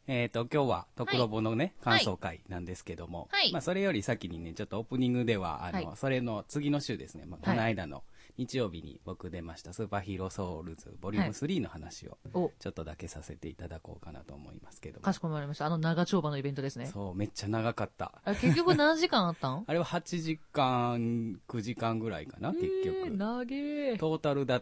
今日は、トクロボのね、感想会なんですけども、まあ、それより先にね、ちょっとオープニングでは、それの次の週ですね、まあ、この間の日曜日に僕出ました、スーパーヒーローソウルズボリューム3の話を、ちょっとだけさせていただこうかなと思いますけども。 かしこまりました。長丁場のイベントですね。 そう、めっちゃ長かった。 結局何時間あったんあれは8時間、9時間ぐらいかな、結局。 長え。 トータルだって、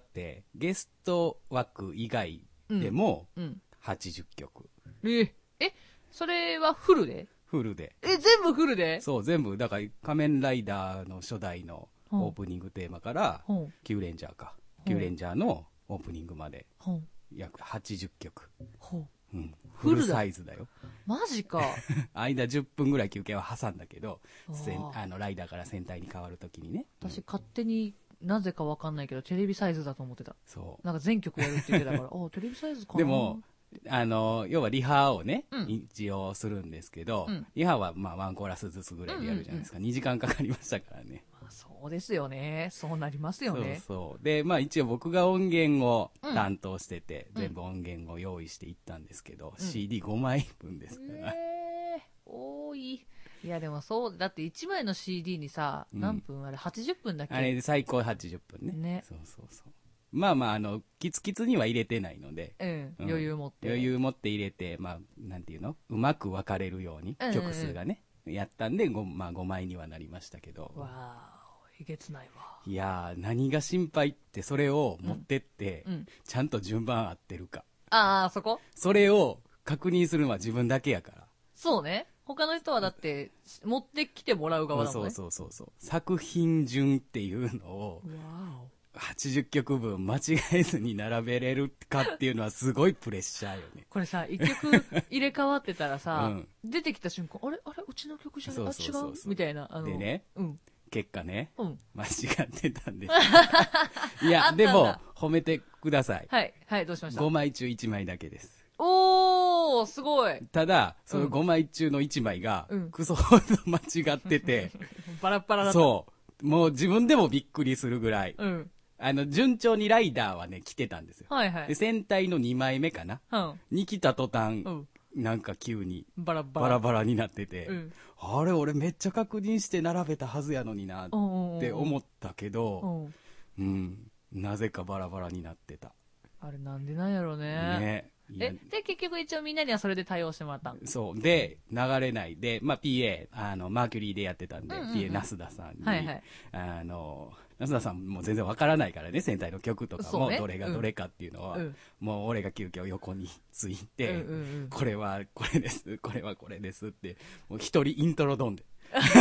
ゲスト枠以外でも、80曲。 それはフルで？ フルで。 全部フルで？ そう、全部。だから、仮面ライダーの初代のオープニングテーマから、キューレンジャーか。キューレンジャーのオープニングまで、約80曲。フルサイズだよ。 マジか。 間10分ぐらい休憩は挟んだけど、ライダーから戦隊に変わるときにね。 私、勝手になぜかわかんないけど、テレビサイズだと思ってた。 そう。 なんか全曲やるって言ってたから、テレビサイズかな。 でも、要はリハをね、一応するんですけど、リハはまあワンコーラスずつぐらいでやるじゃないですか。2時間かかりましたからね。 そうですよね。そうなりますよね。 そう。で、まあ一応僕が音源を担当してて、全部音源を用意していったんですけど、CD5 枚分ですから。 多い。いやでもそう、だって1枚の CD にさ、何分あれ80分だっけ？ あれで最高80分ね。そう。まあまあ、キツキツには入れてないので、 余裕持って。 余裕持って入れて、まあ、なんていうの？うまく分かれるように、曲数がね、やったんで、まあ5枚にはなりましたけど。 わー、えげつないわ。 いやー、何が心配って、それを持ってって、ちゃんと順番合ってるか。 そこ？ それを確認するのは自分だけやから。 そうね。他の人はだって、持ってきてもらう側だもんね。 そう。作品順っていうのを、80曲分間違えずに並べれるかっていうのはすごいプレッシャーよね。 これさ、1曲入れ替わってたらさ、出てきた瞬間、あれうちの曲じゃない？違うみたいな。 でね、結果ね、間違ってたんです。いや、でも、褒めてください。 はい、どうしました？ 5 枚中1枚だけです。 すごい。 ただ、その5枚中の1枚が、クソほど間違ってて、 バラバラだった。 そう。もう自分でもびっくりするぐらい。順調にライダーはね、来てたんですよ。で、戦隊の2枚目かな。に来た途端、なんか急に、バラバラになってて、あれ、俺めっちゃ確認して並べたはずやのにな、って思ったけど、なぜかバラバラになってた。 あれなんでなんやろね。で、結局一応みんなにはそれで対応してもらった。 そう。で、流れないで、まあ、PA、マーキュリーでやってたんで、PA ナスダさんに、ナスダさんも全然わからないからね、戦隊の曲とかも、どれがどれかっていうのは、もう俺が急遽横について、これはこれです、これはこれですって、もう一人イントロドンで。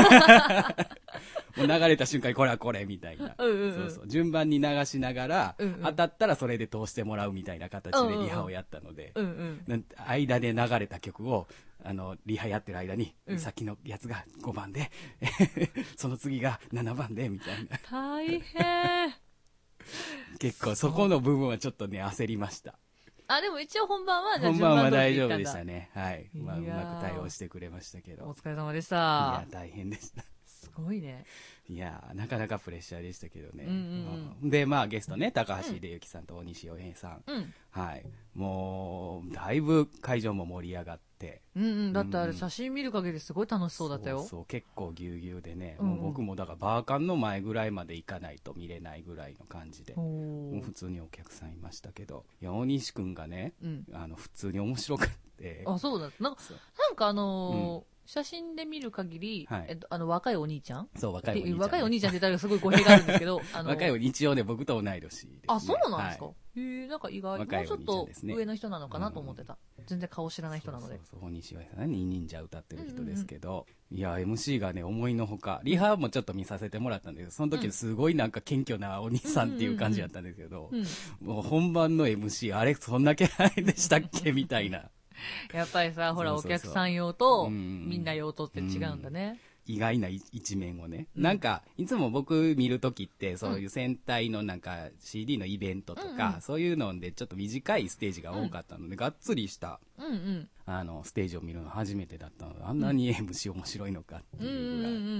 もう流れた瞬間にこれはこれみたいな。順番に流しながら、当たったらそれで通してもらうみたいな形でリハをやったので、間で流れた曲を、リハやってる間に、さっきのやつが5番で、その次が7番で、みたいな。 大変。 結構そこの部分はちょっとね、焦りました。 でも一応本番は本番は大丈夫でしたね。はい。まあ、うまく対応してくれましたけど。 お疲れ様でした。 いや、大変でした。 すごいね。 いや、なかなかプレッシャーでしたけどね。で、まあ、ゲストね、高橋秀幸さんと大西洋平さん。はい。もう、だいぶ会場も盛り上がって。 だってあれ写真見る限りすごい楽しそうだったよ。 そう、結構ぎゅうぎゅうでね。もう僕もだからバーカンの前ぐらいまで行かないと見れないぐらいの感じで。もう普通にお客さんいましたけど。いや、大西くんがね、普通に面白くて。 そうだ。なんか写真で見る限り、若いお兄ちゃん？ そう、若いお兄ちゃん。 若いお兄ちゃんって言ったらすごい語弊があるんですけど、 若いお兄ちゃん、一応ね、僕と同い年です、ね。 そうなんですか？なんか意外、もうちょっと上の人なのかなと思ってた。全然顔知らない人なので。 そう、大西洋平さんね、忍者歌ってる人ですけど、いや、MC がね、思いのほか、リハもちょっと見させてもらったんですけど、その時すごいなんか謙虚なお兄さんっていう感じだったんですけど、もう本番の MC、あれ、そんな気配でしたっけみたいな。 やっぱりさ、ほら、お客さん用と、みんな用とって違うんだね。 意外な一面をね。なんか、いつも僕見るときって、そういう戦隊のなんか CD のイベントとか、そういうのでちょっと短いステージが多かったので、がっつりした、ステージを見るの初めてだったので、あんなに MC 面白いのかっていうぐらい。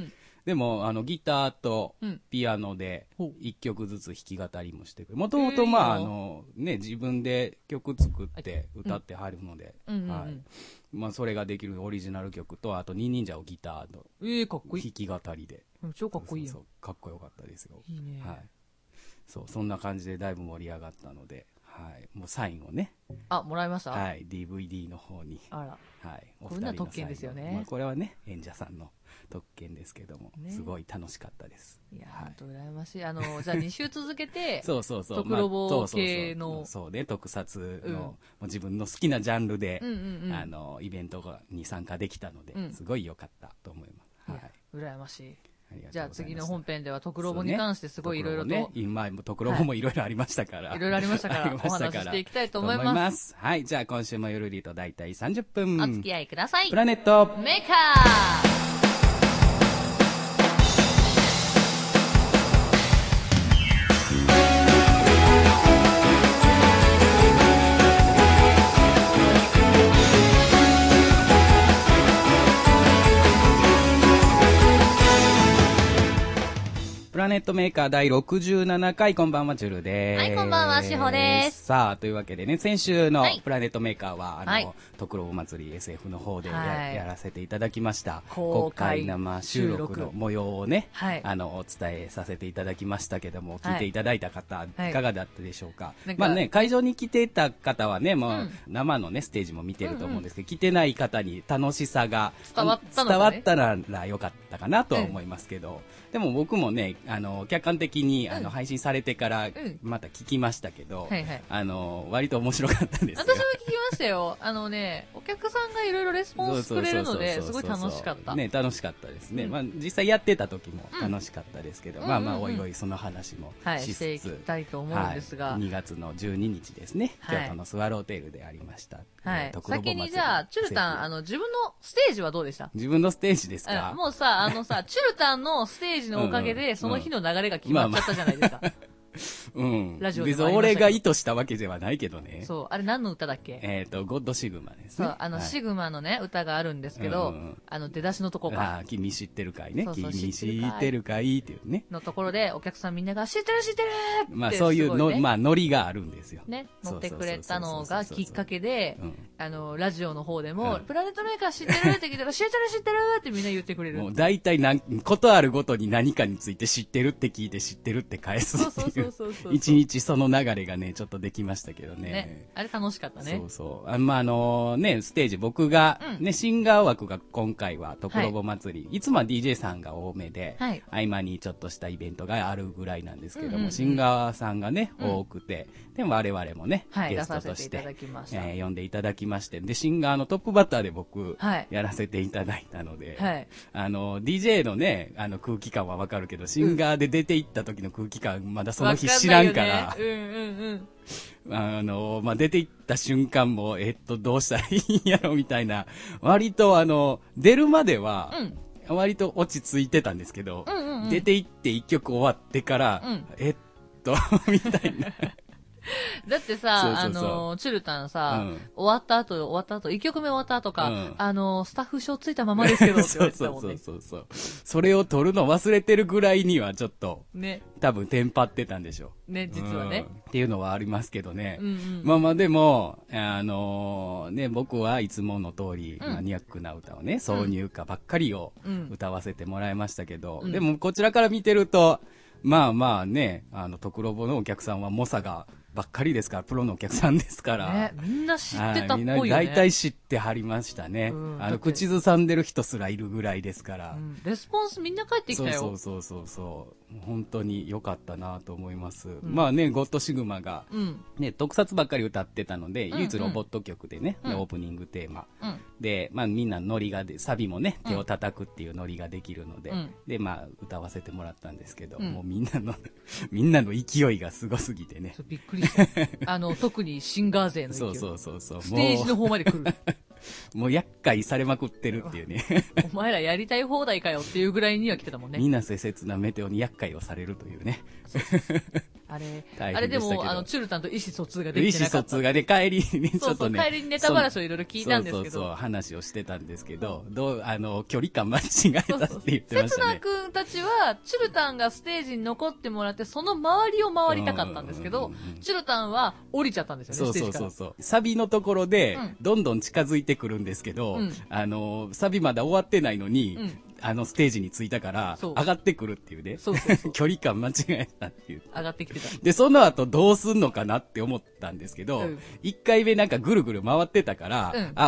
でも、ギターとピアノで一曲ずつ弾き語りもしてくる。もともと、自分で曲作って歌ってはるので、はい。まあ、それができるオリジナル曲と、あと、ニンニンジャをギターの弾き語りで。 超かっこいいよ。 かっこよかったですよ。 いいね。 はい。そう、そんな感じでだいぶ盛り上がったので、はい。もうサインをね。 もらいました？ はい。DVD の方に。 あら。 はい。 こんな特権ですよね。 まあ、これはね、演者さんの特権ですけども、すごい楽しかったです。 いや、ほんと羨ましい。じゃあ2週続けて、 そう。 特ロボ系の。 そうね、特撮の、もう自分の好きなジャンルで、イベントに参加できたので、すごい良かったと思います。はい。 羨ましい。じゃあ次の本編では特ロボに関してすごいいろいろと。 ね、今、特ロボもいろいろありましたから。 いろいろありましたから、お話ししていきたいと思います。 はい、じゃあ今週もゆるりとだいたい30分。 お付き合いください。 プラネットメーカー。 プラネットメーカー第67回、こんばんは、ジュルです。 はい、こんばんは、しほです。 さあ、というわけでね、先週のプラネットメーカーは、特ロボ祭り SF の方でやらせていただきました。公開生収録の模様をね、お伝えさせていただきましたけども、聞いていただいた方、いかがだったでしょうか。まあね、会場に来てた方はね、もう生のね、ステージも見てると思うんですけど、来てない方に楽しさが伝わったらよかったかなとは思いますけど、でも僕もね、客観的に配信されてからまた聞きましたけど、割と面白かったですよ。 私も聞きましたよ。お客さんがいろいろレスポンスくれるので、すごい楽しかった。 ね、楽しかったですね。まあ実際やってた時も楽しかったですけど、まあおいおいその話もしていきたいと思うんですが、 2月の12日ですね、京都のスワローテールでありました。 先にじゃあ、チュルタン、自分のステージはどうでした？ 自分のステージですか？ もうさ、チュルタンのステージのおかげで、その日の流れが決まっちゃったじゃないですか。ラジオで別に俺が意図したわけではないけどね。 そう。あれ何の歌だっけ？ ゴッドシグマですね。 そう。シグマのね、歌があるんですけど、出だしのとこか。 君知ってるかいね。君知ってるかいっていうね。 のところで、お客さんみんなが知ってるってまあそういうの、まあノリがあるんですよ。 ね。乗ってくれたのがきっかけで、ラジオの方でも、プラネットメーカー知ってるって聞いたら、知ってるってみんな言ってくれる。 もう大体ことあるごとに何かについて知ってるって聞いて知ってるって返すっていう。一日その流れがね、ちょっとできましたけどね。 あれ楽しかったね。 そう。ステージ、僕が、シンガー枠が今回は、特ロボ祭り、いつもは DJ さんが多めで、合間にちょっとしたイベントがあるぐらいなんですけども、シンガーさんがね、多くて、でも我々もね、ゲストとして、呼んでいただきまして、で、シンガーのトップバッターで僕、やらせていただいたので、DJ のね、空気感はわかるけど、シンガーで出て行った時の空気感、まだその日知らんから、出て行った瞬間も、どうしたらいいんやろみたいな、割と出るまでは、割と落ち着いてたんですけど、出て行って一曲終わってから、みたいな。 だってさ、チュルタンさ、終わった後、1曲目終わった後か、スタッフ賞ついたままですけどって言われてたもんね。そう。 それを取るの忘れてるぐらいにはちょっと、多分テンパってたんでしょう。 ね、実はね。 っていうのはありますけどね。まあでも、僕はいつもの通り、マニアックな歌をね、挿入歌ばっかりを歌わせてもらいましたけど、でもこちらから見てると、まあね、特ロボのお客さんは猛者がばっかりですから、プロのお客さんですから。 ね、みんな知ってたっぽいよね。 みんな大体知ってはりましたね。口ずさんでる人すらいるぐらいですから。 レスポンスみんな帰ってきたよ。 そう。本当に良かったなと思います。まあね、ゴッドシグマが、ね、特撮ばっかり歌ってたので、唯一ロボット曲でね、オープニングテーマ。で、まあみんなノリがサビもね、手を叩くっていうノリができるので、で、まあ歌わせてもらったんですけど、もうみんなの勢いがすごすぎてね。 びっくりした。特にシンガー勢の勢い。 そう。 ステージの方まで来る。 もう厄介されまくってるっていうね。 お前らやりたい放題かよっていうぐらいには来てたもんね。 みなせ切なメテオに厄介をされるというね。 あれでも、チュルタンと意思疎通ができてなかった。 意思疎通がね、帰りにね、ちょっとね。 帰りにネタ話をいろいろ聞いたんですけど。 そう、話をしてたんですけど、距離感間違えたって言ってましたね。 せつなくんたちは、チュルタンがステージに残ってもらって、その周りを回りたかったんですけど、チュルタンは降りちゃったんですよね、ステージから。そう。 サビのところで、どんどん近づいてくるんですけど、サビまだ終わってないのに、ステージに着いたから、上がってくるっていうね。そう距離感間違えたっていう。 上がってきてた。 で、その後どうすんのかなって思ったんですけど、1回目なんかぐるぐる回ってたから、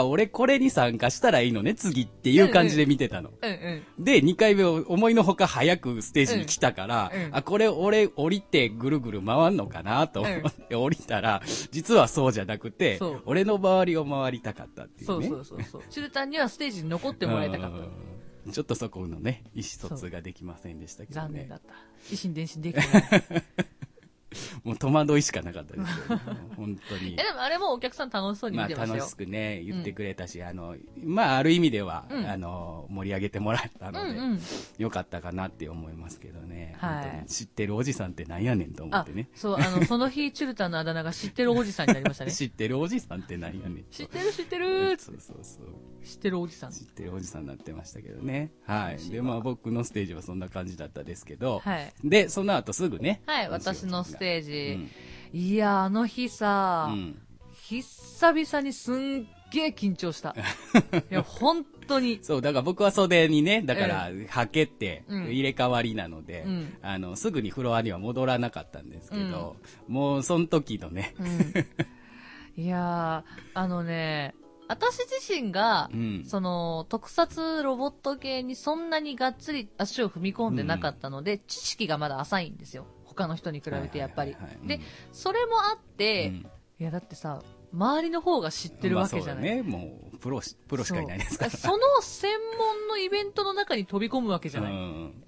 俺これに参加したらいいのね、次っていう感じで見てたの。で、2回目思いのほか早くステージに来たから、これ俺降りてぐるぐる回んのかなと思って降りたら、実はそうじゃなくて、俺の周りを回りたかったっていうね。 そう。チュルタンにはステージに残ってもらいたかった。 ちょっとそこのね、意思疎通ができませんでしたけどね。 残念だった。維心伝心できない。 もう戸惑いしかなかったですよ、ね。本当に。 でもあれもお客さん楽しそうに見てましたよ。 楽しくね、言ってくれたし、ある意味では、盛り上げてもらったので、よかったかなって思いますけどね。本当に知ってるおじさんってなんやねんと思ってね。 そう、その日、チュルタンのあだ名が知ってるおじさんになりましたね。 知ってるおじさんってなんやねん。 知ってるそう。 知ってるおじさん。 知ってるおじさんになってましたけどね。はい。で、僕のステージはそんな感じだったですけど、で、その後すぐね。 はい、私のステージ。いや、あの日さ、久々にすんげえ緊張した。いや、本当に。 そう、だから僕は袖にね、だから、はけて、入れ替わりなので、すぐにフロアには戻らなかったんですけど、もう、その時のね。 いやー、私自身が、特撮ロボット系にそんなにがっつり足を踏み込んでなかったので、知識がまだ浅いんですよ。他の人に比べてやっぱり。で、それもあって、いやだってさ、周りの方が知ってるわけじゃない。 そうね、もうプロしかいないですから。 その専門のイベントの中に飛び込むわけじゃない。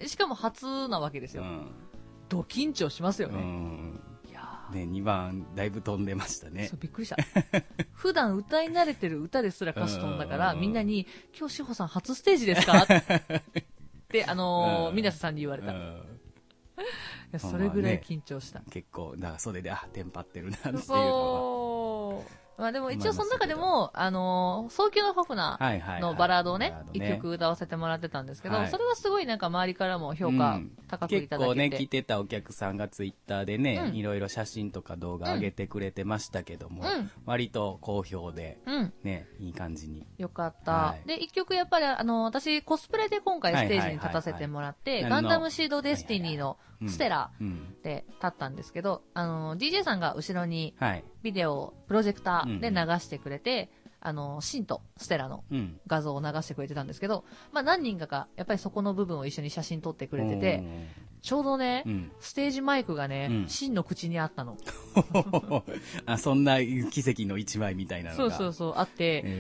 しかも初なわけですよ。ド緊張しますよね。 ね、2番だいぶ飛んでましたね。 そう、びっくりした。普段歌い慣れてる歌ですら歌詞飛んだから、みんなに、今日志保さん初ステージですかって、皆さんに言われた。それぐらい緊張した。 結構、だから袖で、テンパってるなっていうのは。 まあでも一応その中でも、早急のフォフナのバラードをね、一曲歌わせてもらってたんですけど、それはすごいなんか周りからも評価高くいただけて、 結構ね、来てたお客さんがツイッターでね、いろいろ写真とか動画上げてくれてましたけども、割と好評で、ね、いい感じに。 よかった。で、一曲やっぱり私コスプレで今回ステージに立たせてもらって、ガンダムシードデスティニーのステラで立ったんですけど、DJ さんが後ろにビデオ、プロジェクターで流してくれて、シンとステラの画像を流してくれてたんですけど、まあ何人かがやっぱりそこの部分を一緒に写真撮ってくれてて、ちょうどね、ステージマイクがね、シンの口にあったの。 そんな奇跡の一枚みたいなのが。 そう、あって、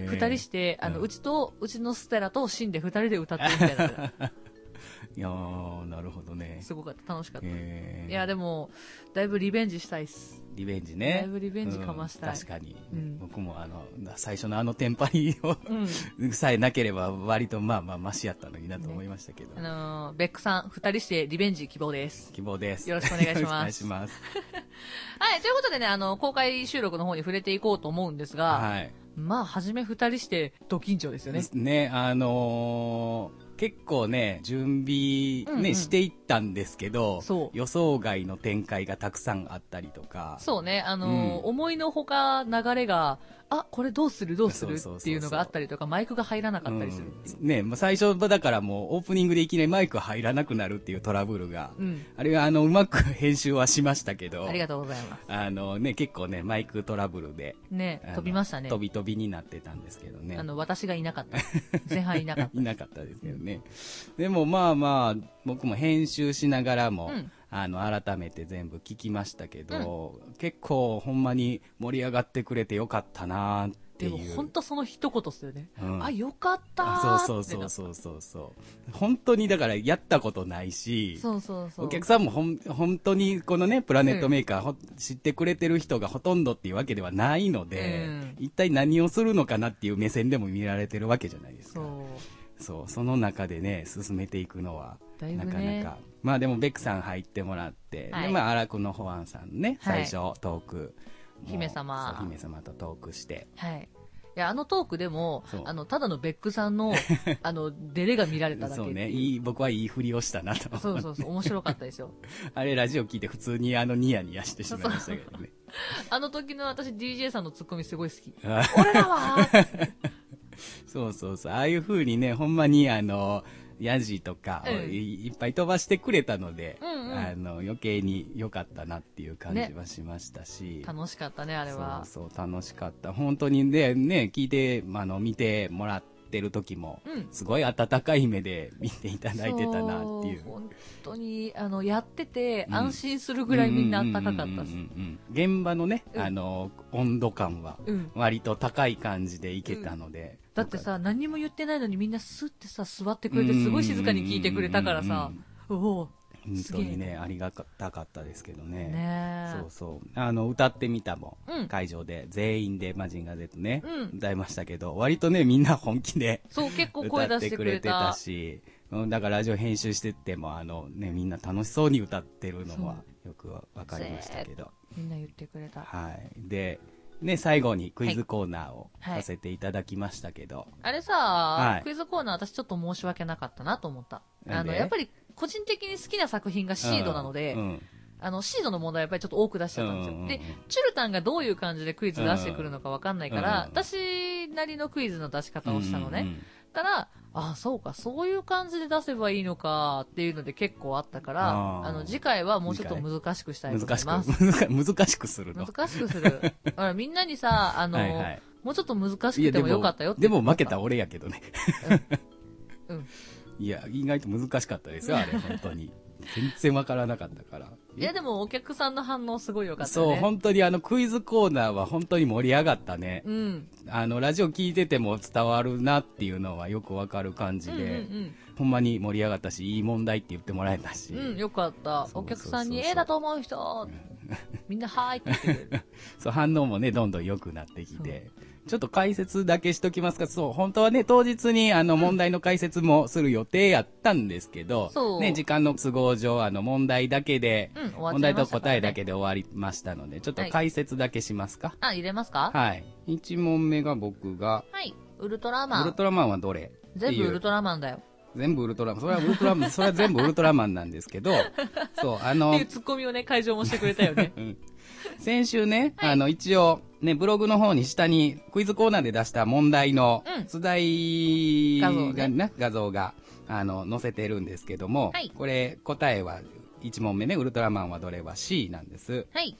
二人して、うちのステラとシンで二人で歌ってるみたいな。 いやー、なるほどね。 すごかった、楽しかった。いや、でも、だいぶリベンジしたいっす。 リベンジね。 だいぶリベンジかましたい。 確かに。僕も最初のテンパリをさえなければ割とまあマシやったのになと思いましたけど。 ベックさん、二人してリベンジ希望です。 希望です。 よろしくお願いします。お願いします。 はい、ということでね、公開収録の方に触れていこうと思うんですが、はい。まあ、はじめ二人してド緊張ですよね。 ね、結構ね、準備ね、していったんですけど、予想外の展開がたくさんあったりとか。 そうね、思いのほか流れが、これどうするっていうのがあったりとか、マイクが入らなかったりするっていう。 ね、最初だからもうオープニングでいきなりマイク入らなくなるっていうトラブルが、あれはうまく編集はしましたけど、 ありがとうございます。 ね、結構ね、マイクトラブルで、 ね、飛びましたね。 飛びになってたんですけどね。 私がいなかった。前半いなかった。 いなかったですけどね。でもまあ、僕も編集しながらも、改めて全部聞きましたけど、結構ほんまに盛り上がってくれてよかったなっていう。 でも本当その一言っすよね。よかったーそう。本当にだからやったことないし、お客さんも本当にこのね、プラネットメーカー、知ってくれてる人がほとんどっていうわけではないので、一体何をするのかなっていう目線でも見られてるわけじゃないですか。その中でね、進めていくのは、なかなかまあでもベックさん入ってもらって、はい、でまあ荒久の保安さんね、最初トーク、 姫様とトークして、 はい。いや、トークでも、ただのベックさんの、デレが見られただけそうね、僕はいいふりをしたなと。 そう、面白かったですよ。 あれ、ラジオ聞いて普通にニヤニヤしてしまいましたけどね。 あの時の私、DJ さんのツッコミすごい好き。俺らはそう、ああいう風にね、ほんまにヤジとかをいっぱい飛ばしてくれたので、余計に良かったなっていう感じはしましたし、 楽しかったね、あれは。 そう楽しかった。本当にね、聞いて、見てもらってる時も、すごい温かい目で見ていただいてたなっていう。 本当に、やってて安心するぐらいみんな温かかったです。 現場のね、温度感は割と高い感じでいけたので、 だってさ、何も言ってないのにみんなスッてさ、座ってくれて、すごい静かに聞いてくれたからさ、本当にね、ありがたかったですけどね。そう。歌ってみたも、会場で全員でマジンガー Z ね、歌いましたけど、割とね、みんな本気で結構声出してくれたし、だからラジオ編集してっても、みんな楽しそうに歌ってるのはよくわかりましたけど。 みんな言ってくれた。 はい。で、ね、最後にクイズコーナーをさせていただきましたけど。 あれさ、クイズコーナー私ちょっと申し訳なかったなと思った。やっぱり個人的に好きな作品がシードなので、シードの問題はやっぱりちょっと多く出しちゃったんですよ。で、チュルタンがどういう感じでクイズ出してくるのかわかんないから、私なりのクイズの出し方をしたのね。たら、そうか、そういう感じで出せばいいのかっていうので結構あったから、次回はもうちょっと難しくしたいと思います。 難しくするの？ 難しくする。みんなにさ、もうちょっと難しくてもよかったよって。 でも負けた俺やけどね。いや、意外と難しかったですよ、あれ、本当に。全然わからなかったから。 いや、でもお客さんの反応すごい良かったね。 そう、本当にクイズコーナーは本当に盛り上がったね。ラジオ聞いてても伝わるなっていうのはよくわかる感じで、ほんまに盛り上がったし、いい問題って言ってもらえたし。 よかった。お客さんに、だと思う人、みんなはーいって言ってくれる。 そう、反応もね、どんどん良くなってきて。ちょっと解説だけしときますか。そう、本当はね、当日に問題の解説もする予定やったんですけど、ね、時間の都合上、問題だけで、問題と答えだけで終わりましたので、ちょっと解説だけしますか。 入れますか？ はい。1問目が僕が、 はい。ウルトラマン。 ウルトラマンはどれ？ 全部ウルトラマンだよ。 全部ウルトラマン。それはウルトラマン、それは全部ウルトラマンなんですけど、そう、 っていうツッコミをね、会場もしてくれたよね。 先週ね、一応、ね、ブログの方に下にクイズコーナーで出した問題の出題画像が、載せてるんですけども、これ、答えは、1問目ね、ウルトラマンはどれは C なんです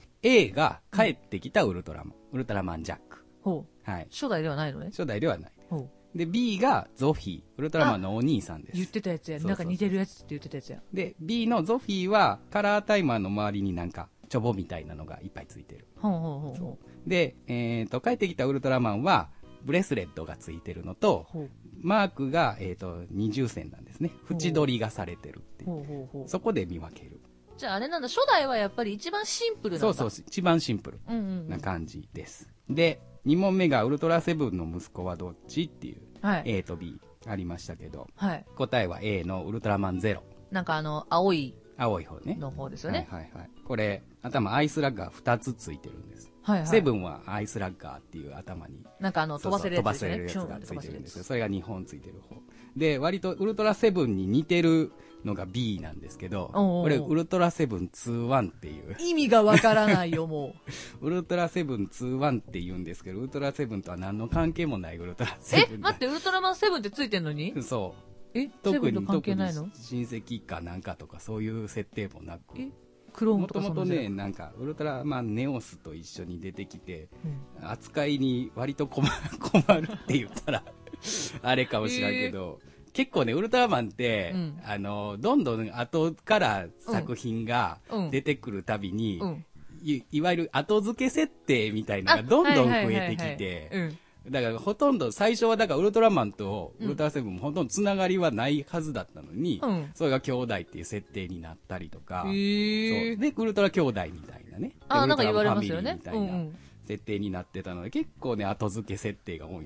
。A が帰ってきたウルトラマン、ウルトラマンジャック。 はい。初代ではないのね。 初代ではない。で、B がゾフィー、ウルトラマンのお兄さんです。 言ってたやつや。なんか似てるやつって言ってたやつや。 で、B のゾフィーは、カラータイマーの周りになんか、チョボみたいなのがいっぱいついてる。で、帰ってきたウルトラマンは、ブレスレットがついてるのと、マークが、二重線なんですね。縁取りがされてるっていう。そこで見分ける。 じゃああれなんだ、初代はやっぱり一番シンプルなんだ。 そう、一番シンプルな感じです。で、2問目がウルトラセブンの息子はどっちっていう、A と B ありましたけど、答えは A のウルトラマンゼロ。 なんか青い方ね。 の方ですよね。 これ、頭アイスラッガー2つついてるんです。セブンはアイスラッガーっていう頭に。 なんか飛ばせるやつですね。 飛ばせるやつがついてるんですよ。それが2本ついてる方。で、割とウルトラセブンに似てるのが B なんですけど、これウルトラセブン21っていう。 意味がわからないよ、もう。ウルトラセブン21って言うんですけど、ウルトラセブンとは何の関係もないウルトラセブン。 待って、ウルトラマンセブンってついてんのに？ そう。 特に関係ないの？ 親戚かなんかとかそういう設定もなく。 クローンとかもともとね、なんかウルトラマンネオスと一緒に出てきて、扱いに割と困るって言ったらあれかもしれんけど、結構ねウルトラマンって、どんどん後から作品が出てくるたびに、いわゆる後付け設定みたいなのがどんどん増えてきて、だからほとんど最初はだからウルトラマンとウルトラセブンもほとんどつながりはないはずだったのに、それが兄弟っていう設定になったりとか、そうでウルトラ兄弟みたいなね、 なんか言われますよね、 みたいな設定になってたので、結構ね後付け設定が多いんです。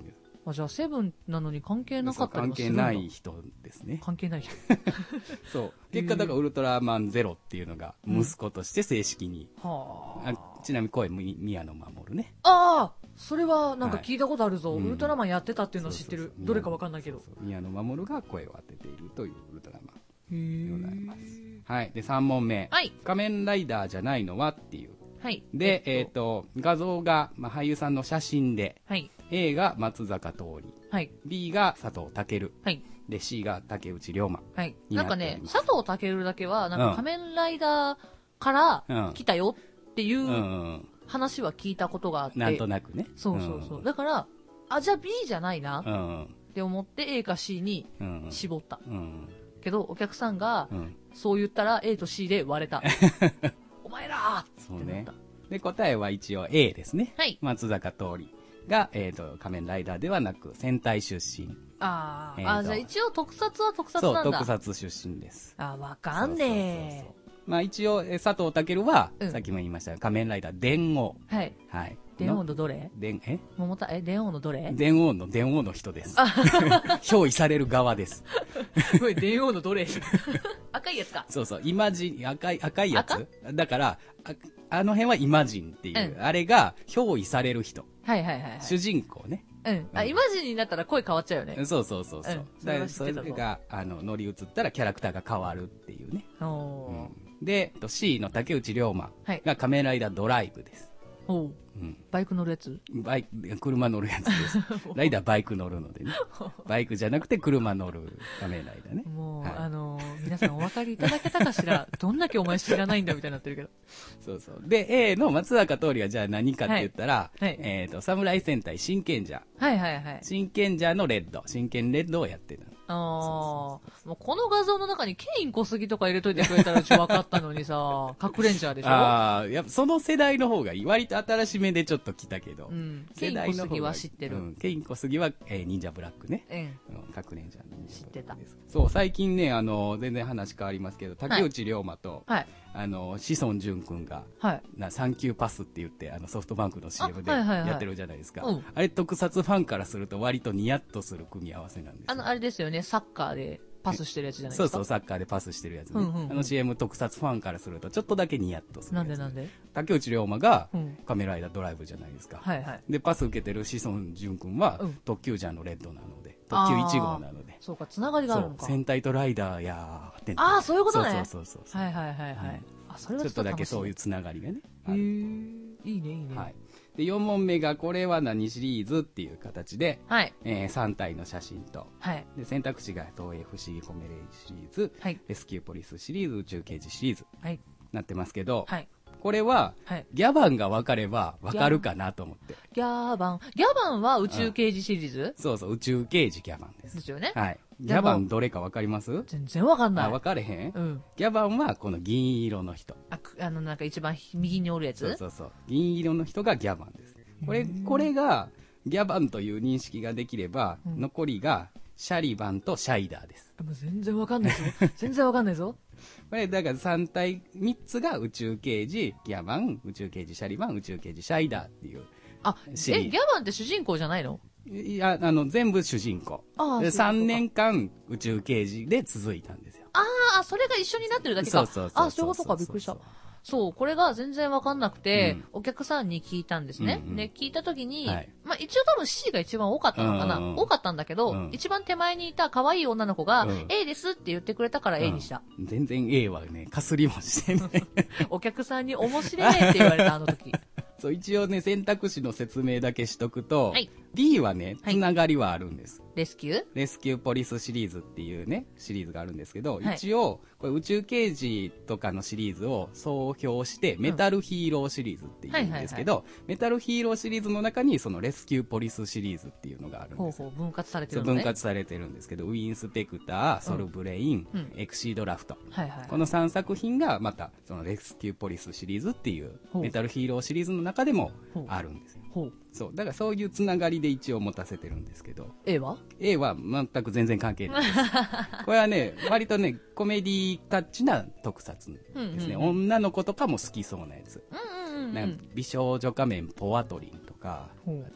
じゃあセブンなのに関係なかったりもするんだ。 関係ない人ですね。 関係ない人。 そう。結果だからウルトラマンゼロっていうのが息子として正式に。ちなみに声宮野真守ね。 ああそれはなんか聞いたことあるぞ、ウルトラマンやってたっていうのは知ってる。どれかわかんないけど。 宮野真守が声を当てているというウルトラマンでございます。はい。で、3問目。はい。仮面ライダーじゃないのはっていう。はい。で、画像が、俳優さんの写真で、はい。A が松坂桃李。はい。B が佐藤健。はい。で、C が竹内涼真。はい。なんかね、佐藤健だけは、なんか仮面ライダーから来たよっていう話は聞いたことがあって。なんとなくね。そうそうそう。だから、じゃあ B じゃないなって思って A か C に絞った。けど、お客さんが、そう言ったら A と C で割れた。お前らーって思った。で、答えは一応 A ですね。はい。松坂桃李が、仮面ライダーではなく、戦隊出身。じゃあ一応特撮は特撮なんだ。そう、特撮出身です。わかんねえ。一応、佐藤健は、さっきも言いました仮面ライダー電王。はい。はい。電王のどれ電王のどれ電王の人です。憑依される側です。すごい、電王のどれ赤いやつか。そうそう、イマジン、赤いやつだから、あの辺はイマジンっていう、あれが憑依される人。はいはいはい。主人公ね。うん。イマジンになったら声変わっちゃうよね。そうそうそう。それが、乗り移ったらキャラクターが変わるっていうね。で、C の竹内涼真が仮面ライダードライブです。バイク乗るやつ車乗るやつです。ライダーバイク乗るのでね。バイクじゃなくて車乗る仮面ライダーね。もう、皆さんお分かりいただけたかしらどんだけお前知らないんだみたいになってるけど。そうそう。で、A の松坂桃李はじゃあ何かって言ったら、侍戦隊真剣者。はいはいはい。真剣者のレッド。真剣レッドをやってた。もうこの画像の中にケイン小杉とか入れといてくれたら分かったのにさ、核レンジャーでしょ。やっぱその世代の方がいい。割と新しめでちょっと来たけど。ケイン小杉は知ってる。ケイン小杉は、忍者ブラックね。核レンジャーの忍者ブラック。知ってた。そう、最近ね、全然話変わりますけど、竹内涼真と、志尊淳君が、サンキューパスって言って、ソフトバンクの CM でやってるじゃないですか。あれ特撮ファンからすると割とニヤッとする組み合わせなんです。あれですよね、サッカーでパスしてるやつじゃないですか。そうそう、サッカーでパスしてるやつね。CM 特撮ファンからするとちょっとだけニヤッとする。なんで竹内涼真が仮面ライダードライブじゃないですか。で、パス受けてる志尊淳君は特急ジャンのレッドなので、特急1号なので。そうか、つながりがあるのか。戦隊とライダーやーって。そういうことね。そう。はいはいはいはい。それはちょっとだけそういうつながりがね。いいねいいね。はい。で、4問目が、これは何シリーズっていう形で、3体の写真と、で、選択肢が東映不思議コメレイシリーズ、レスキューポリスシリーズ、宇宙刑事シリーズ、なってますけど、これは、ギャバンが分かれば分かるかなと思って。ギャバンは宇宙刑事シリーズ？そうそう、宇宙刑事ギャバンです。ですよね。はい。ギャバンどれか分かります？全然分かんない。分かれへん？ギャバンはこの銀色の人。なんか一番右におるやつ？そう。銀色の人がギャバンです。これがギャバンという認識ができれば、残りがシャリバンとシャイダーです。もう全然分かんないぞ。全然分かんないぞ。これだから3つが宇宙刑事ギャバン、宇宙刑事シャリバン、宇宙刑事シャイダーっていう。ギャバンって主人公じゃないの？いや、全部主人公。3年間宇宙刑事で続いたんですよ。それが一緒になってるだけか。そういうことか、びっくりした。そう、これが全然わかんなくて、お客さんに聞いたんですね。で、聞いたときに、一応多分 C が一番多かったのかな。多かったんだけど、一番手前にいた可愛い女の子が、A ですって言ってくれたから A にした。全然 A はね、かすりもしてない。お客さんに面白いねって言われた、あの時。そう、一応ね、選択肢の説明だけしとくと、D はね、つながりはあるんです。レスキューポリスシリーズっていうね、シリーズがあるんですけど、一応、これ宇宙刑事とかのシリーズを総評して、メタルヒーローシリーズっていうんですけど、メタルヒーローシリーズの中に、そのレスキューポリスシリーズっていうのがあるんです。分割されてるんですね。分割されてるんですけど、ウィンスペクター、ソルブレイン、エクシードラフト。この3作品が、また、そのレスキューポリスシリーズっていう、メタルヒーローシリーズの中でもあるんですよ。そう。だからそういうつながりで一応持たせてるんですけど。A は全く全然関係ないです。これはね、割とね、コメディタッチな特撮ですね。女の子とかも好きそうなやつ。美少女仮面ポワトリンとか、あとね、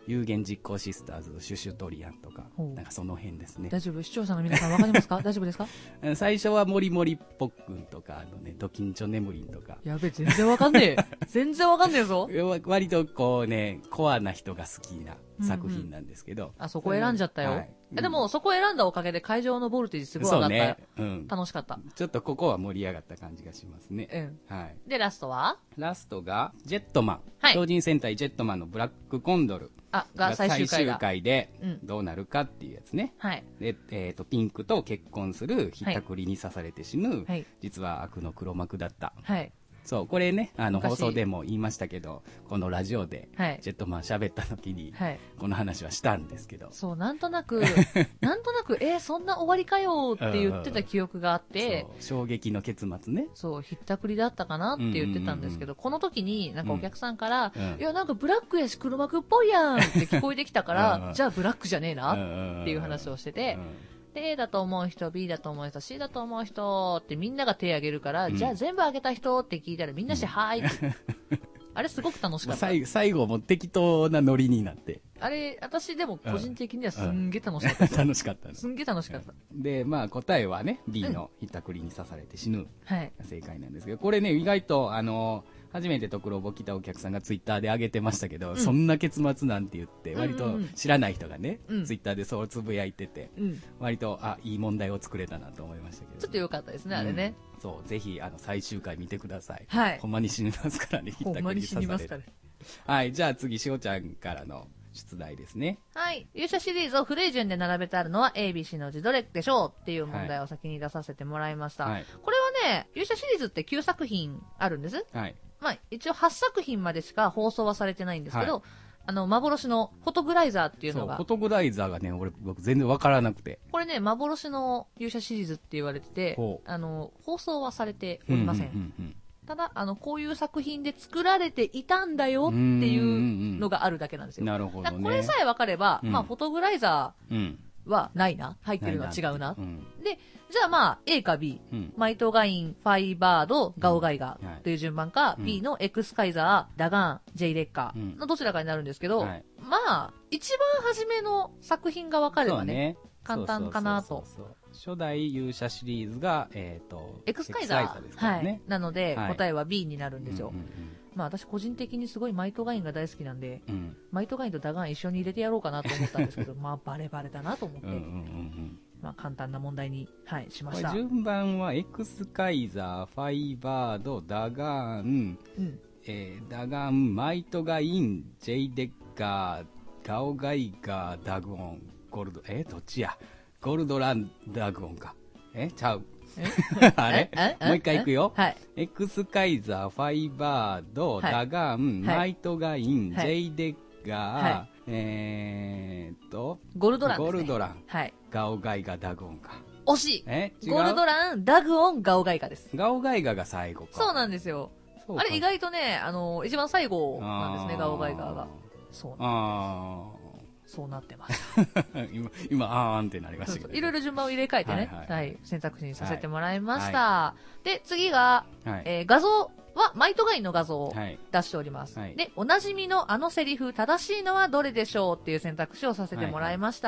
有言実行シスターズ、シュシュトリアンとか、なんかその辺ですね。 大丈夫？視聴者の皆さんわかりますか？大丈夫ですか？ 最初はモリモリっぽくんとか、ドキンチョネムリンとか。 やべえ、全然わかんねえ。全然わかんねえぞ。 割とこうね、コアな人が好きな作品なんですけど。 あ、そこ選んじゃったよ。はい、でも、そこ選んだおかげで会場のボルテージすごい上がった。そうね。うん。楽しかった。 ちょっとここは盛り上がった感じがしますね。 うん。はい。で、ラストは？ ラストが、ジェットマン。はい。超人戦隊ジェットマンのブラックコンドル。 が最終回で、どうなるかっていうやつね。はい。で、ピンクと結婚するひったくりに刺されて死ぬ、はい、実は悪の黒幕だった。はい。そう、これね、放送でも言いましたけど、このラジオで、ジェットマン喋った時に、この話はしたんですけど。 そう、なんとなく、そんな終わりかよって言ってた記憶があって、 衝撃の結末ね。 そう、ひったくりだったかなって言ってたんですけど、この時に、なんかお客さんから、いや、なんかブラックやし黒幕っぽいやんって聞こえてきたから、じゃあブラックじゃねえなっていう話をしてて、で、A だと思う人、B だと思う人、C だと思う人ってみんなが手挙げるから、じゃあ全部挙げた人って聞いたらみんなしてはーいって。あれすごく楽しかった。 最後も適当なノリになって。 あれ、私でも個人的にはすんげえ楽しかった。 楽しかった。 すんげえ楽しかった。 で、まあ答えはね、B のひったくりに刺されて死ぬ。はい。正解なんですけど、これね、意外と初めてと黒ぼ来たお客さんがツイッターで上げてましたけど、そんな結末なんて言って、割と知らない人がね、ツイッターでそうつぶやいてて、割と、いい問題を作れたなと思いましたけど。 ちょっと良かったですね、あれね。 そう、ぜひ、最終回見てください。はい。ほんまに死にますからね、ひったくりに刺される。はい、じゃあ次、しおちゃんからの出題ですね。 はい。勇者シリーズを古い順で並べてあるのは ABC の字どれでしょうっていう問題を先に出させてもらいました。はい、これはね、勇者シリーズって9作品あるんです。はい。まあ、一応8作品までしか放送はされてないんですけど、はい、幻のフォトグライザーっていうのが。 フォトグライザーがね、僕全然わからなくて。 これね、幻の勇者シリーズって言われてて、放送はされておりません。ただ、こういう作品で作られていたんだよっていうのがあるだけなんですよ。 なるほどね。 これさえ分かれば、まあ、フォトグライザーはないな。入ってるのは違うな。で、じゃあまあ、A か B、マイトガイン、ファイバード、ガオガイガーという順番か、B のエクスカイザー、ダガーン、ジェイレッカーのどちらかになるんですけど、まあ、一番初めの作品が分かればね、簡単かなと。 初代勇者シリーズが、エクスカイザーですからね。はい。なので、答えは B になるんですよ。まあ私個人的にすごいマイトガインが大好きなんで、マイトガインとダガン一緒に入れてやろうかなと思ったんですけど、まあバレバレだなと思って、まあ簡単な問題に、しました。 順番はエクスカイザー、ファイバード、ダガン、ダガン、マイトガイン、ジェイデッガー、ガオガイガー、ダグオン、ゴルド、どっちやゴルドランダグオンか。ちゃう。あれもう一回いくよ。はい。エクスカイザー、ファイバード、ダガン、マイトガイン、ジェイデッガー、 ゴルドラン。 ゴルドラン。はい。ガオガイガ、ダグオンか。 惜しい。ゴルドラン、ダグオン、ガオガイガです。 ガオガイガが最後か。 そうなんですよ。あれ意外とね、一番最後なんですね、ガオガイガが。そうなんです。そうなってます。 今、あーんってなりましたけど。 いろいろ順番を入れ替えてね、選択肢にさせてもらいました。で、次が、画像は、マイトガインの画像を出しております。で、おなじみのあのセリフ、正しいのはどれでしょうっていう選択肢をさせてもらいました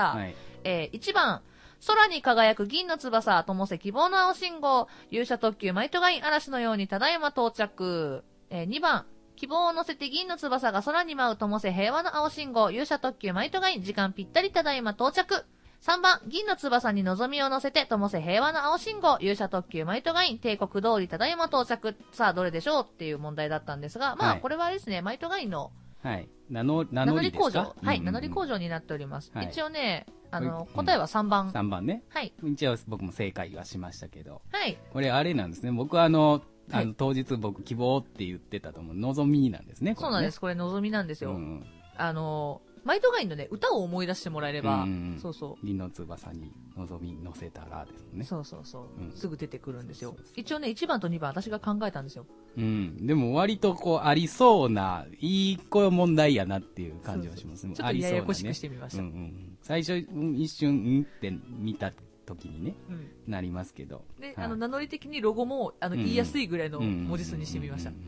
。1番、空に輝く銀の翼、灯せ希望の青信号、勇者特急マイトガイン嵐のようにただいま到着。2番、希望を乗せて銀の翼が空に舞う灯せ平和の青信号、勇者特急マイトガイン、時間ぴったりただいま到着。3番、銀の翼に望みを乗せて灯せ平和の青信号、勇者特急マイトガイン、帝国通りただいま到着。さあ、どれでしょうっていう問題だったんですが、まあ、これはあれですね、マイトガインの、 名乗り工場。 はい、名乗り工場になっております。一応ね、答えは3番。 3番ね。はい。一応僕も正解はしましたけど。 はい。 これあれなんですね。僕は当日僕希望って言ってたと思う。望みなんですね。 そうなんです。これ望みなんですよ。マイトガインのね、歌を思い出してもらえれば、そうそう。 銀の翼に望み乗せたらですね。 そうそうそう。すぐ出てくるんですよ。一応ね、1番と2番私が考えたんですよ。 でも割とこう、ありそうな、いい子問題やなっていう感じはしますね。 ちょっとややこしくしてみました。 最初、一瞬、って見た時にね、なりますけど。 で、名乗り的にロゴも、言いやすいぐらいの文字数にしてみました。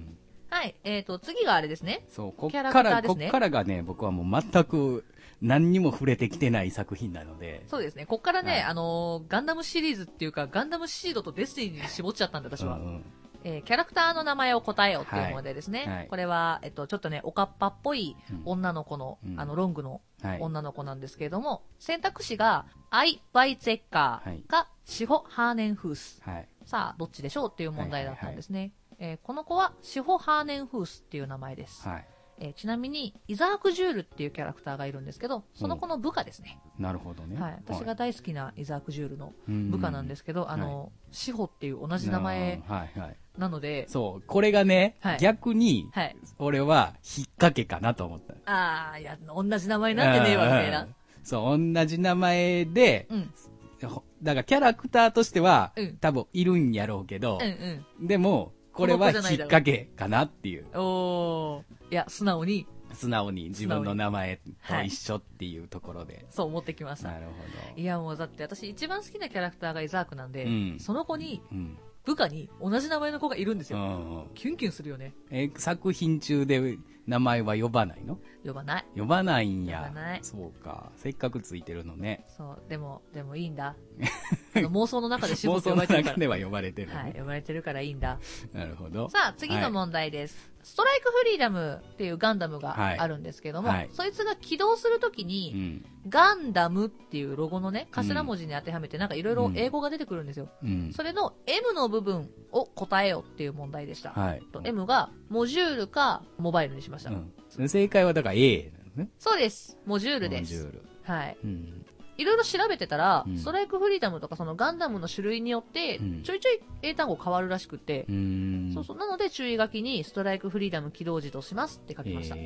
はい。次があれですね。 そう、こっからがね、僕はもう全く何にも触れてきてない作品なので。 そうですね。こっからね、ガンダムシリーズっていうか、ガンダムシードとデスティニーに絞っちゃったんで、私は。キャラクターの名前を答えようっていう問題ですね。はい、これは、ちょっとね、おかっぱっぽい女の子の、ロングの女の子なんですけれども、選択肢が、アイ・バイツェッカーか、シホ・ハーネンフース。さあ、どっちでしょうっていう問題だったんですね。この子は、シホ・ハーネンフースっていう名前です。ちなみに、イザーク・ジュールっていうキャラクターがいるんですけど、その子の部下ですね。 なるほどね。 はい。私が大好きなイザーク・ジュールの部下なんですけど、シホっていう同じ名前なので。 そう、これがね、逆に、俺は引っ掛けかなと思った。 ああ、いや、同じ名前なんてねえわ、みたいな。 そう、同じ名前で、だからキャラクターとしては、多分いるんやろうけど、でも、これは引っ掛けかなっていう。 おー。いや、素直に自分の名前と一緒っていうところで。 そう思ってきました。 なるほど。 いや、もうだって私一番好きなキャラクターがイザークなんで、その子に、部下に同じ名前の子がいるんですよ。キュンキュンするよね。 作品中で名前は呼ばないの？ 呼ばない。 呼ばないんや。 呼ばない。 そうか。せっかくついてるのね。 そう。でもいいんだ。妄想の中でシホって呼ばれてるから。 妄想の中では呼ばれてる、ね。 はい。呼ばれてるからいいんだ。 なるほど。 さあ、次の問題です。ストライクフリーダムっていうガンダムがあるんですけども、そいつが起動するときに、ガンダムっていうロゴのね、頭文字に当てはめてなんかいろいろ英語が出てくるんですよ。それの M の部分を答えよっていう問題でした。M がモジュールかモバイルにしました。 正解はだから A なのね。 そうです。モジュールです。はい。いろいろ調べてたら、ストライクフリーダムとかそのガンダムの種類によって、ちょいちょい英単語変わるらしくて、そうそう。なので注意書きにストライクフリーダム起動時としますって書きました。はい。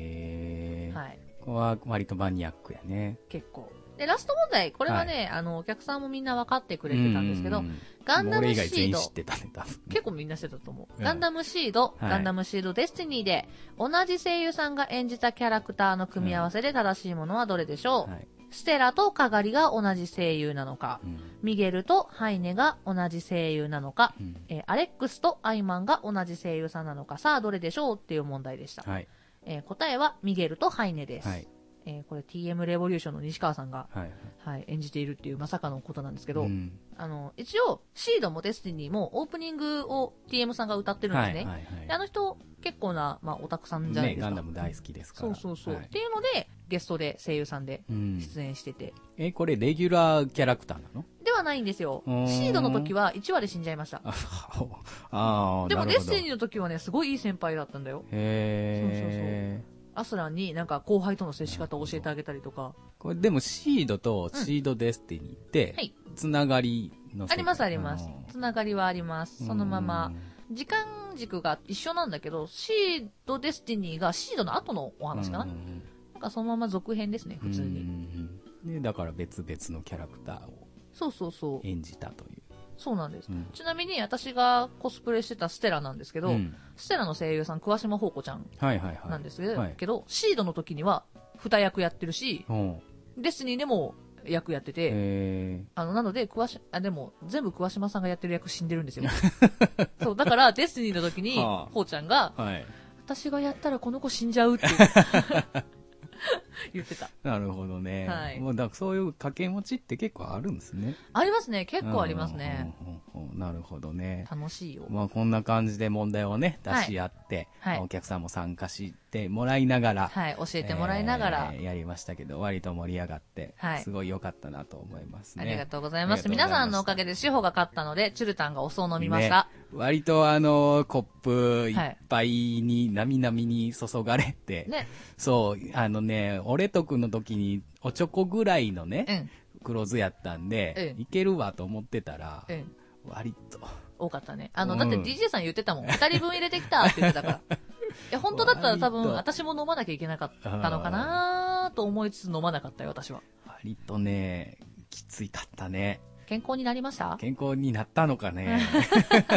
ここは割とマニアックやね。 結構。で、ラスト問題。これはね、お客さんもみんな分かってくれてたんですけど、ガンダムシード。結構みんな知ってたと思う。ガンダムシード、ガンダムシードデスティニーで、同じ声優さんが演じたキャラクターの組み合わせで正しいものはどれでしょう？ステラとカガリが同じ声優なのか、ミゲルとハイネが同じ声優なのか、アレックスとアイマンが同じ声優さんなのか、さあどれでしょうっていう問題でした。答えはミゲルとハイネです。これ TM レボリューションの西川さんが、演じているっていうまさかのことなんですけど、一応シードもデスティニーもオープニングを TM さんが歌ってるんですね。で人結構な、オタクさんじゃないですか。 ガンダム大好きですから。 そう。っていうので、ゲストで声優さんで出演してて。 これレギュラーキャラクターなの？ ではないんですよ。シードの時は1話で死んじゃいました。でもデスティニーの時はね、すごいいい先輩だったんだよ。そう。アスランになんか後輩との接し方を教えてあげたりとか。 これでもシードとシードデスティニーって、つながりのあります。つながりはあります。そのまま。時間軸が一緒なんだけど、シードデスティニーがシードの後のお話かな。なんかそのまま続編ですね、普通に。 で、だから別々のキャラクターを演じたという。 そうなんです。ちなみに私がコスプレしてたステラなんですけど、ステラの声優さん、桑島宝子ちゃんなんですけど、シードの時には2役やってるし、デスティニーでも役やってて、なので、でも、全部桑島さんがやってる役死んでるんですよ。そう、だから、デスティニーの時に、ほうちゃんが、私がやったらこの子死んじゃうって言ってた。 なるほどね。もうだからそういう掛け持ちって結構あるんですね。 ありますね。結構ありますね。 なるほどね。 楽しいよ。 こんな感じで問題をね、出し合って、お客さんも参加してもらいながら、 教えてもらいながら、 やりましたけど、割と盛り上がって、すごい良かったなと思いますね。 ありがとうございます。皆さんのおかげで志保が勝ったので、チュルタンがお酢を飲みました。 割とコップいっぱいに、なみなみに注がれて、そう、俺とくんの時におチョコぐらいのね、黒酢やったんで、いけるわと思ってたら、割と。 多かったね。だって DJ さん言ってたもん。2人分入れてきたって言ってたから。いや、本当だったら多分、私も飲まなきゃいけなかったのかなと思いつつ飲まなかったよ、私は。 割とね、きついかったね。 健康になりました？ 健康になったのかね。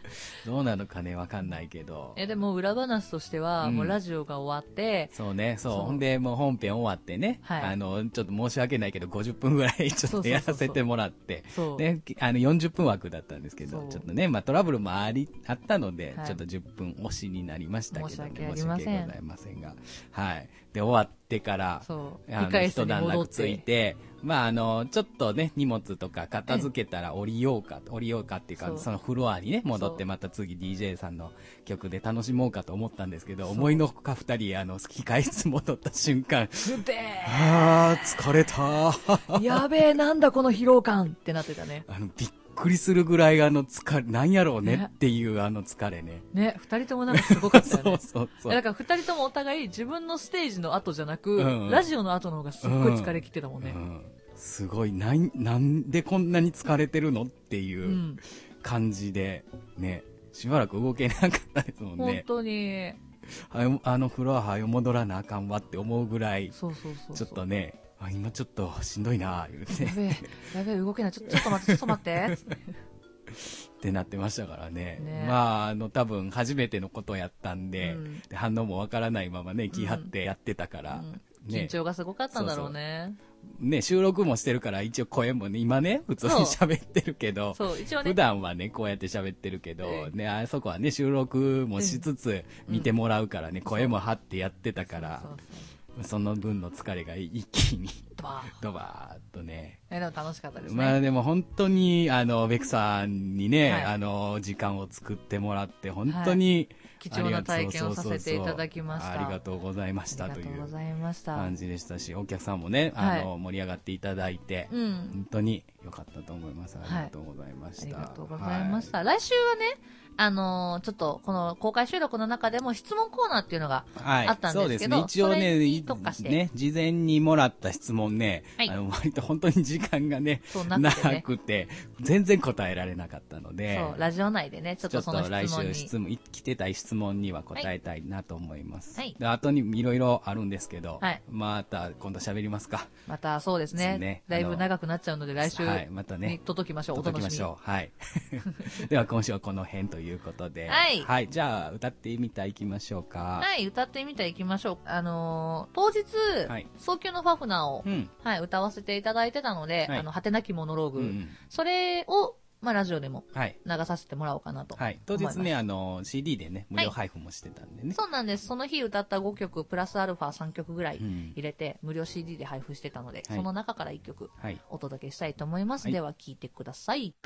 どうなのかね、わかんないけど。 でも裏話としては、もうラジオが終わって、 そうね、そう。ほんで、もう本編終わってね、ちょっと申し訳ないけど、50分ぐらいちょっとやらせてもらって、で、40分枠だったんですけど、ちょっとね、トラブルもあったので、ちょっと10分押しになりましたけど、申し訳ございませんが。はい。で、終わってから、一段落ついて、ちょっとね、荷物とか片付けたら降りようかっていうか、そのフロアにね、戻ってまた次 DJ さんの曲で楽しもうかと思ったんですけど、思いのほか2人、控室戻った瞬間、疲れたやべえ、なんだこの疲労感ってなってたね。 びっくりするぐらい疲れ、なんやろうねっていう疲れね。 ね、2人ともなんかすごかったよね。そう。だから2人ともお互い自分のステージの後じゃなく、ラジオの後の方がすっごい疲れ切ってたもんね。 すごい、なんでこんなに疲れてるのっていう感じで、ね、しばらく動けなかったですもんね。 本当に。 フロアはよ戻らなあかんわって思うぐらい、ちょっとね、今ちょっとしんどいな言うて。 やべえ、動けない。ちょっと待って。 ってなってましたからね。多分初めてのことやったんで、反応もわからないままね、気張ってやってたから、 緊張がすごかったんだろうね。 ね、収録もしてるから一応声もね、今ね、普通に喋ってるけど、普段はね、こうやって喋ってるけど、ね、あそこはね、収録もしつつ見てもらうからね、声も張ってやってたから、その分の疲れが一気にドバーっとね。 でも楽しかったですね。 でも本当に、ベクさんにね、時間を作ってもらって、本当に、 貴重な体験をさせていただきました。 ありがとうございましたという感じでしたし、お客さんもね、盛り上がっていただいて、本当に良かったと思います。ありがとうございました。 ありがとうございました。来週はね、ちょっとこの公開収録の中でも質問コーナーっていうのがあったんですけど、 一応ね、事前にもらった質問ね、割と本当に時間がね、長くて、全然答えられなかったので、 ラジオ内でね、ちょっとその質問に。 来週来てた質問には答えたいなと思います。で、後にいろいろあるんですけど、また今度喋りますか。 またそうですね。だいぶ長くなっちゃうので、来週に届きましょう。お楽しみに。 はい。では今週はこの辺ということで、はい。じゃあ、歌ってみたいきましょうか。 はい、歌ってみたいきましょう。当日、早急のファフナーを、歌わせていただいてたので、果てなきモノローグ、それを、ラジオでも流させてもらおうかなと思います。 当日ね、CD でね、無料配布もしてたんでね。 そうなんです。その日歌った5曲、プラスアルファ3曲ぐらい入れて、無料 CD で配布してたので、その中から1曲お届けしたいと思います。では、聴いてください。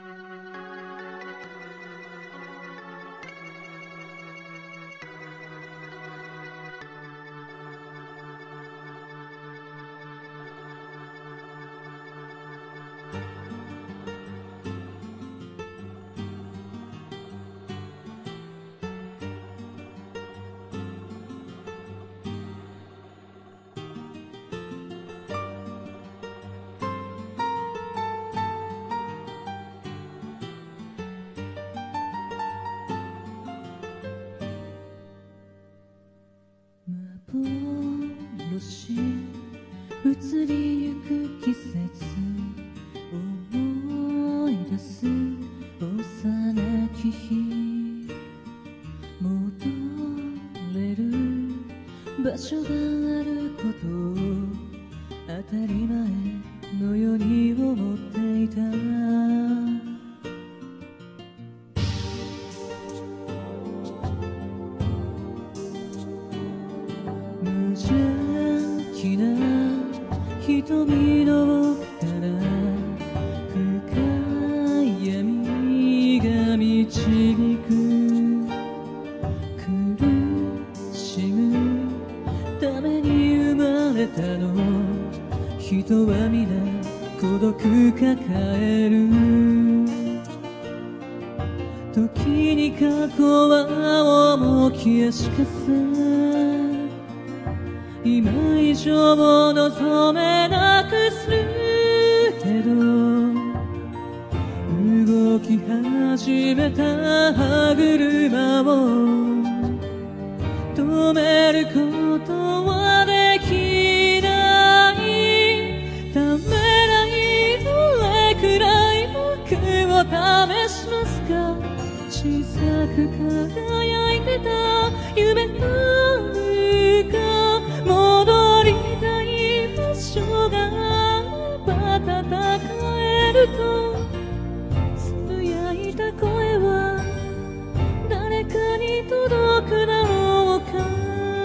移りゆく季節思い出す幼き日戻れる場所があることを当たり前のように思っていた無邪気な瞳の奥から深い闇が導く苦しむために生まれたの人は皆孤独抱える時に過去は重きやしかせ今以上望めなくするけど動き始めた歯車を止めることはできないためないどれくらい僕を試しますか小さく輝いてた夢なのか、戻りたい場所がまた戦えると、つぶやいた声は誰かに届くだろうか。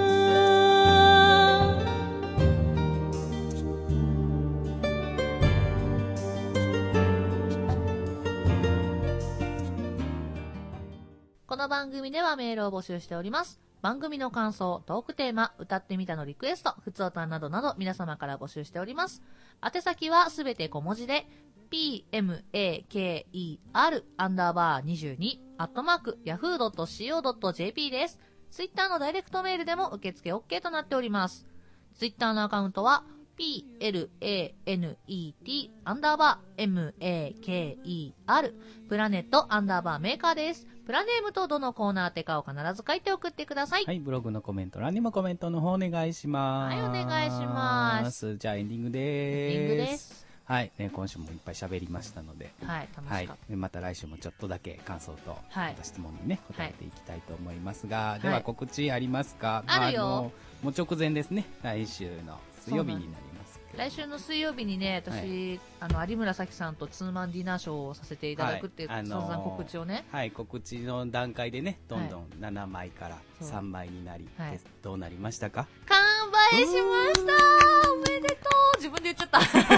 この番組ではメールを募集しております。番組の感想、トークテーマ、歌ってみたのリクエスト、ふつおたなどなど皆様から募集しております。宛先はすべて小文字で、pmaker22@yahoo.co.jp です。ツイッターのダイレクトメールでも受付 OK となっております。ツイッターのアカウントは、planet_maker プラネット_メーカーです。プラネームとどのコーナーてかを必ず書いて送ってください。 はい、ブログのコメント欄にもコメントの方お願いします。 はい、お願いします。 じゃあエンディングでーす。 エンディングです。 はい、今週もいっぱい喋りましたので、 はい、楽しかった。はい、 また来週もちょっとだけ感想と、質問にね、答えていきたいと思いますが、では告知ありますか？ あるよ。 もう直前ですね、来週の水曜日になります。 来週の水曜日にね、私、有村咲さんとツーマンディナーショーをさせていただくっていう、散々告知をね。 はい、告知の段階でね、どんどん7枚から3枚になり、どうなりましたか？ 完売しましたおめでとう自分で言っちゃった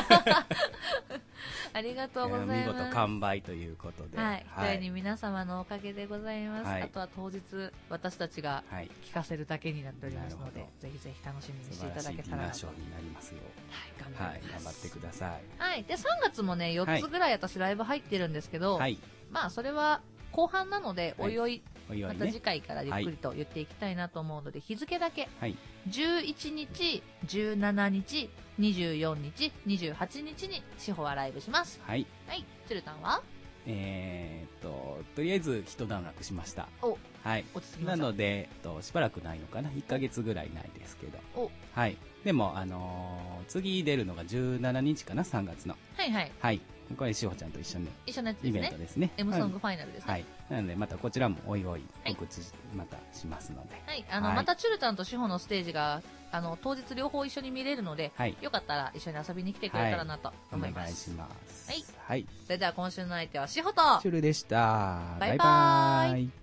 ありがとうございます。 見事完売ということで。 はい。ひとえに皆様のおかげでございます。あとは当日、私たちが聞かせるだけになっておりますので、ぜひぜひ楽しみにしていただけたらと。 素晴らしいディナーショーになりますよ。 はい、 頑張ってください。 はい。で、3月もね、4つぐらい私ライブ入ってるんですけど、まあ、それは後半なので、おいおい、また次回からゆっくりと言っていきたいなと思うので、日付だけ、11日、17日、24日、28日に志保はライブします。はい。はい。つるたんはとりあえず一段落しました。はい。 落ち着きました。 なので、しばらくないのかな ?1 ヶ月ぐらいないですけど。はい。でも、次出るのが17日かな ?3 月の。 はいはい。 はい。これ、しほちゃんと一緒に。 一緒のやつですね。 イベントですね。 M ソングファイナルですね。 はい。なので、またこちらもおいおい告知またしますので。 はい。またチュルタンとしほのステージが、当日両方一緒に見れるので、よかったら一緒に遊びに来てくれたらなと思います。 お願いします。 はい。はい。それでは今週の相手はしほとチュルでした。 バイバーイ。